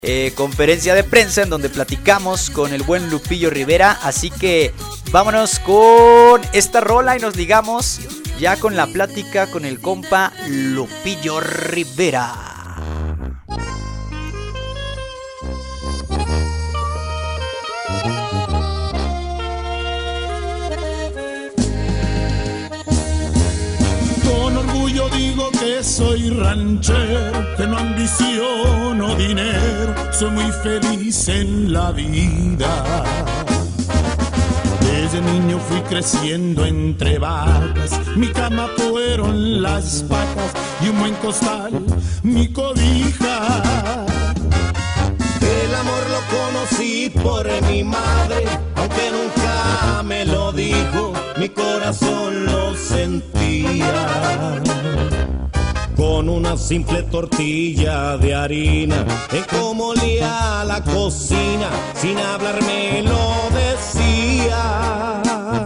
conferencia de prensa en donde platicamos con el buen Lupillo Rivera. Así que vámonos con esta rola y nos ligamos ya con la plática con el compa Lupillo Rivera. Con orgullo digo que soy ranchero, que no ambiciono dinero, soy muy feliz en la vida. Desde niño fui creciendo entre vacas, mi cama fueron las patas y un buen costal mi cobija. El amor lo conocí por mi madre, aunque nunca me lo dijo, mi corazón lo sentía. Con una simple tortilla de harina, en cómo olía la cocina, sin hablar me lo decía.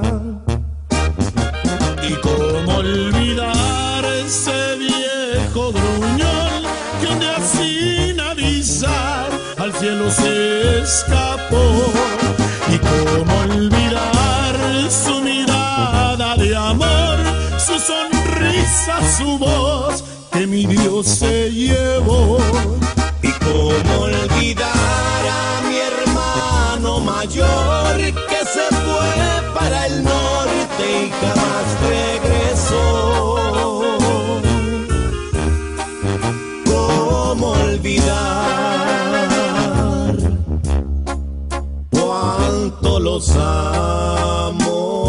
Y cómo olvidar ese viejo gruñón que un día sin avisar al cielo se escapó. Y cómo olvidar su mirada de amor, su sonrisa, su voz que mi Dios se llevó. Y cómo olvidar a mi hermano mayor que se fue para el norte y jamás regresó. Cómo olvidar cuánto los amo.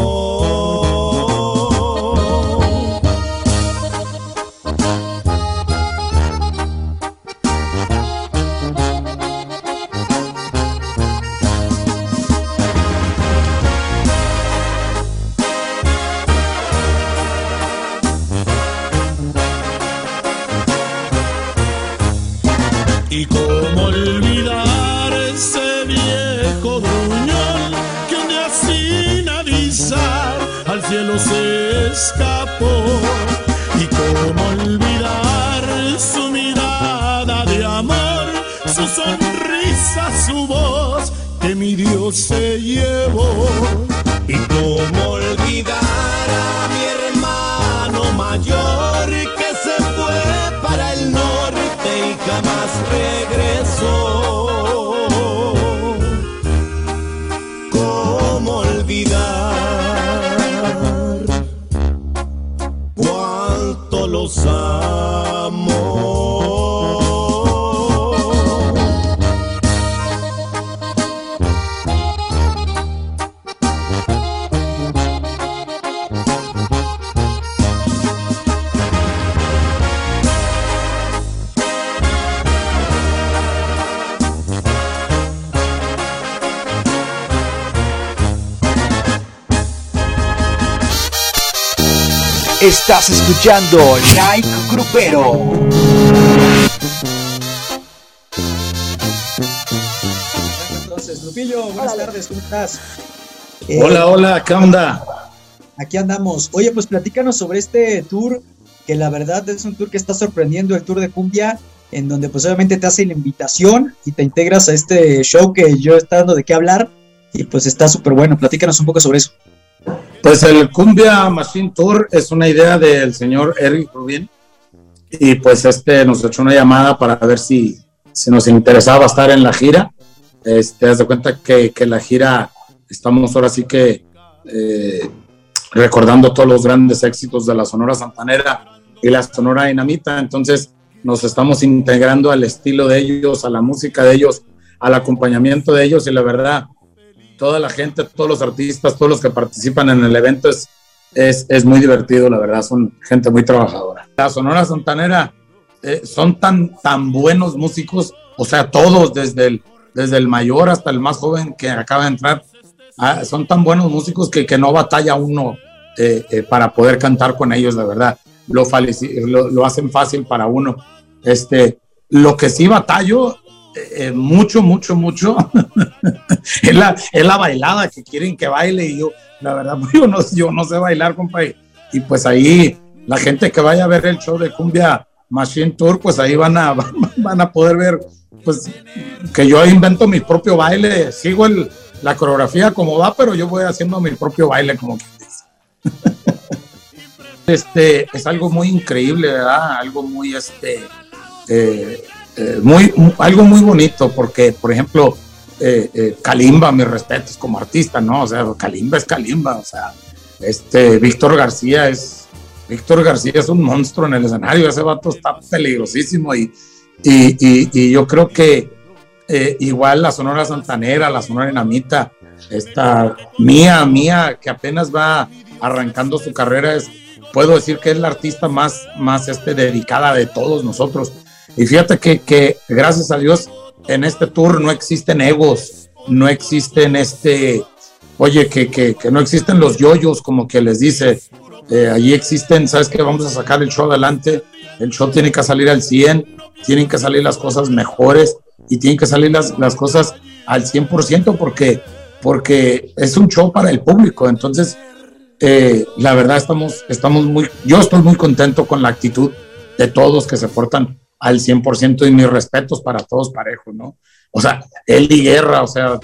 Y cómo olvidar ese viejo gruñón que un día sin avisar al cielo se escapó. Y cómo olvidar su mirada de amor, su sonrisa, su voz que mi Dios se llevó. Y cómo olvidar a mi hermano mayor que se fue para el norte y jamás regresó. Cómo olvidar cuánto los amo. Estás escuchando Like Grupero. Entonces, Lupillo, buenas tardes, ¿cómo estás? Hola, ¿qué onda? Aquí andamos. Oye, pues platícanos sobre este tour, que la verdad es un tour que está sorprendiendo, el tour de cumbia, en donde pues obviamente te hacen la invitación y te integras a este show que yo está dando de qué hablar, y pues está súper bueno. Platícanos un poco sobre eso. Pues el Cumbia Machine Tour es una idea del señor Eric Rubin, y pues nos echó una llamada para ver si nos interesaba estar en la gira. Haz de cuenta que la gira estamos ahora sí que recordando todos los grandes éxitos de la Sonora Santanera y la Sonora Dinamita. Entonces nos estamos integrando al estilo de ellos, a la música de ellos, al acompañamiento de ellos, y la verdad, toda la gente, todos los artistas, todos los que participan en el evento es muy divertido, la verdad, son gente muy trabajadora. La Sonora Santanera son tan buenos músicos, o sea, todos, desde el mayor hasta el más joven que acaba de entrar, son tan buenos músicos que no batalla uno para poder cantar con ellos, la verdad. Lo hacen fácil para uno. Lo que sí batallo mucho es la bailada, que quieren que baile, y yo, la verdad, yo no sé bailar, compadre. Y pues ahí la gente que vaya a ver el show de cumbia Machine Tour, pues ahí van a poder ver, pues, que yo invento mi propio baile, sigo la coreografía como va, pero yo voy haciendo mi propio baile, como quien dice. Es algo muy increíble, ¿verdad? Algo muy, algo muy bonito, porque, por ejemplo, Kalimba, mis respetos como artista, ¿no? O sea, Kalimba es Kalimba, o sea, Víctor García es un monstruo en el escenario, ese vato está peligrosísimo y yo creo que igual la Sonora Santanera, la Sonora Dinamita, esta Mía, que apenas va arrancando su carrera, puedo decir que es la artista más dedicada de todos nosotros. Y fíjate que gracias a Dios en este tour no existen egos, no existen que no existen los yoyos, como que les dice. Allí existen, ¿sabes qué? Vamos a sacar el show adelante, el show tiene que salir al 100, tienen que salir las cosas mejores y tienen que salir las cosas al 100% porque es un show para el público. Entonces, la verdad yo estoy muy contento con la actitud de todos que se portan al 100% y mis respetos para todos parejos, ¿no? O sea, Eli Guerra, o sea,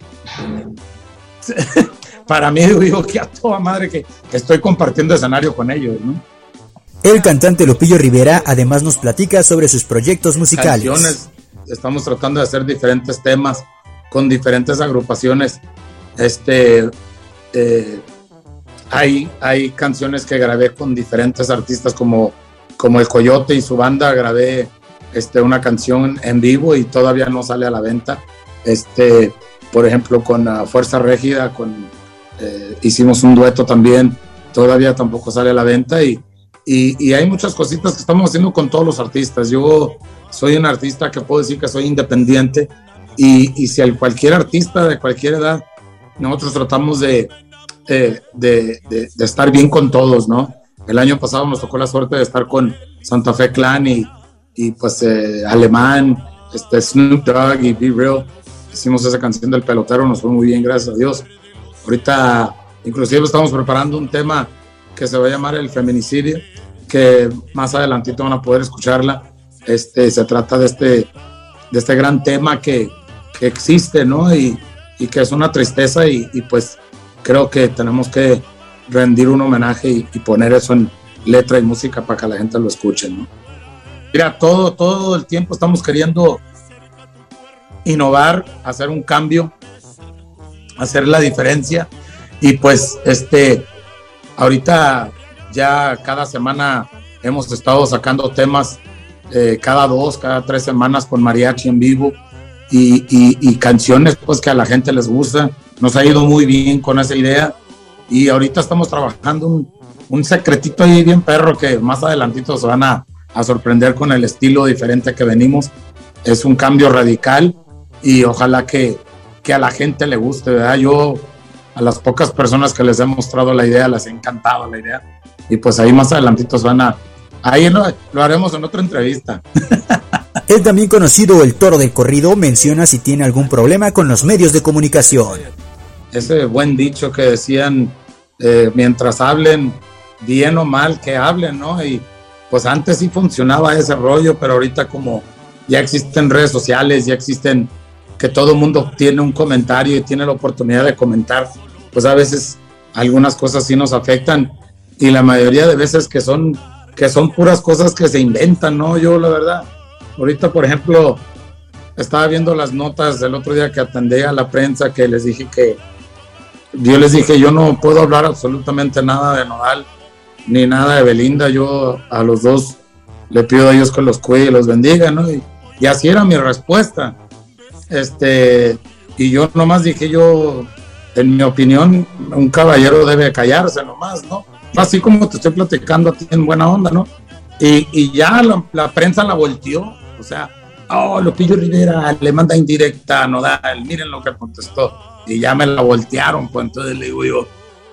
para mí digo que a toda madre que estoy compartiendo escenario con ellos, ¿no? El cantante Lupillo Rivera además nos platica sobre sus proyectos musicales. Canciones, estamos tratando de hacer diferentes temas con diferentes agrupaciones. Hay canciones que grabé con diferentes artistas como El Coyote y su banda. Grabé una canción en vivo y todavía no sale a la venta. Por ejemplo, con Fuerza Régida, hicimos un dueto también, todavía tampoco sale a la venta y hay muchas cositas que estamos haciendo con todos los artistas. Yo soy un artista que puedo decir que soy independiente y si cualquier artista de cualquier edad, nosotros tratamos de estar bien con todos, ¿no? El año pasado nos tocó la suerte de estar con Santa Fe Clan y pues Alemán, Snoop Dogg y Be Real. Hicimos esa canción del pelotero, nos fue muy bien, gracias a Dios. Ahorita inclusive estamos preparando un tema que se va a llamar El Feminicidio, que más adelantito van a poder escucharla. Se trata de este gran tema que existe, ¿no? Y que es una tristeza y pues creo que tenemos que rendir un homenaje y poner eso en letra y música para que la gente lo escuche, ¿no? Mira, todo el tiempo estamos queriendo innovar, hacer un cambio, hacer la diferencia y pues ahorita ya cada semana hemos estado sacando temas cada 2, cada 3 semanas con mariachi en vivo y canciones pues que a la gente les gusta. Nos ha ido muy bien con esa idea y ahorita estamos trabajando un secretito ahí bien perro que más adelantito se van a sorprender con el estilo diferente que venimos. Es un cambio radical y ojalá que a la gente le guste, ¿verdad? Yo a las pocas personas que les he mostrado la idea les ha encantado la idea y pues ahí más adelantitos ahí lo haremos en otra entrevista. El también conocido El Toro del Corrido menciona si tiene algún problema con los medios de comunicación. Ese buen dicho que decían, mientras hablen bien o mal, que hablen, ¿no? Y pues antes sí funcionaba ese rollo, pero ahorita como ya existen redes sociales, ya existen que todo el mundo tiene un comentario y tiene la oportunidad de comentar, pues a veces algunas cosas sí nos afectan y la mayoría de veces que son puras cosas que se inventan, ¿no? Yo la verdad, ahorita por ejemplo, estaba viendo las notas del otro día que atendí a la prensa que yo les dije, yo no puedo hablar absolutamente nada de Nodal ni nada de Belinda, yo a los dos le pido a Dios que los cuide y los bendiga, ¿no? Y así era mi respuesta. Y yo nomás dije, en mi opinión, un caballero debe callarse nomás, ¿no? Así como te estoy platicando a ti en buena onda, ¿no? Y ya la prensa la volteó, o sea, Lupillo Rivera le manda indirecta a Nodal, miren lo que contestó, y ya me la voltearon, pues entonces le digo yo,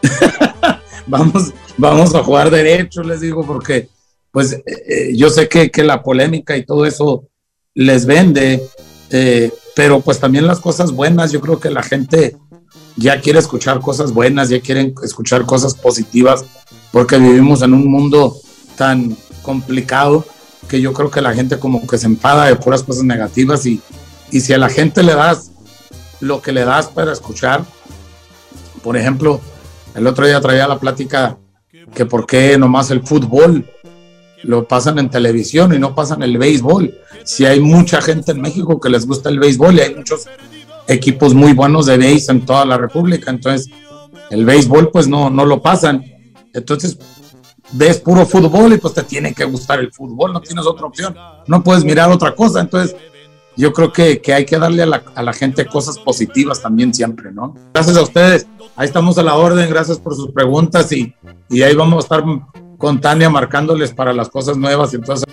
vamos a jugar derecho, les digo, porque pues yo sé que la polémica y todo eso les vende, pero pues también las cosas buenas, yo creo que la gente ya quiere escuchar cosas buenas, ya quieren escuchar cosas positivas, porque vivimos en un mundo tan complicado que yo creo que la gente como que se enfada de puras cosas negativas y si a la gente le das lo que le das para escuchar, por ejemplo, el otro día traía la plática que por qué nomás el fútbol lo pasan en televisión y no pasan el béisbol. Si hay mucha gente en México que les gusta el béisbol y hay muchos equipos muy buenos de béis en toda la República, entonces el béisbol pues no lo pasan. Entonces ves puro fútbol y pues te tiene que gustar el fútbol, no tienes otra opción, no puedes mirar otra cosa. Entonces yo creo que hay que darle a la gente cosas positivas también siempre, ¿no? Gracias a ustedes, ahí estamos a la orden, gracias por sus preguntas y ahí vamos a estar con Tania marcándoles para las cosas nuevas y entonces...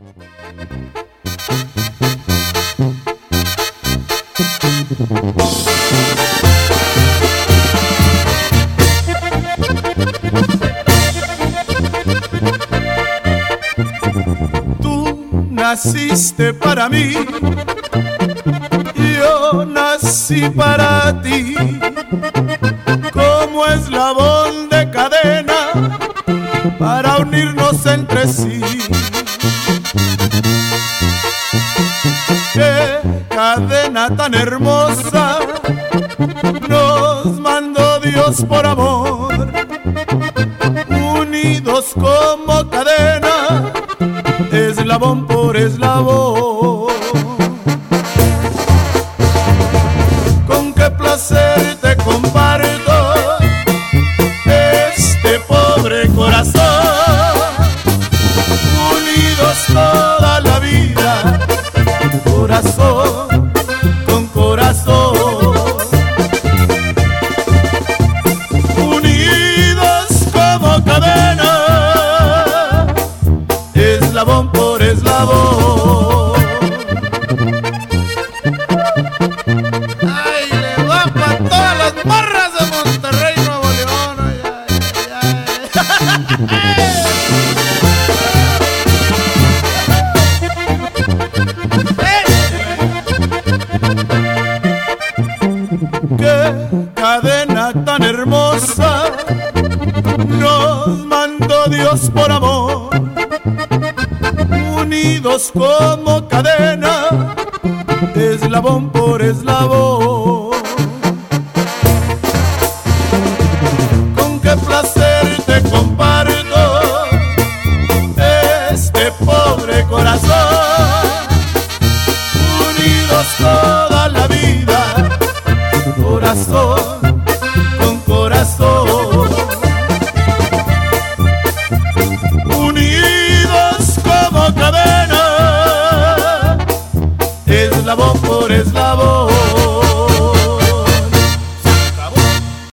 Naciste para mí, yo nací para ti, como eslabón de cadena para unirnos entre sí. Qué cadena tan hermosa nos mandó Dios por amor, unidos como cadena, eslabón por eslabón. Con qué placer te comparto este pobre corazón, unidos toda la vida, corazón con corazón, unidos como cadena, eslabón por eslabón. Ay, le va para todas las morras de Monterrey, Nuevo León. Qué cadena tan hermosa nos mandó Dios por amor, unidos como cadena, eslabón por eslabón. Con qué placer te comparto este pobre corazón, unidos toda la vida, corazón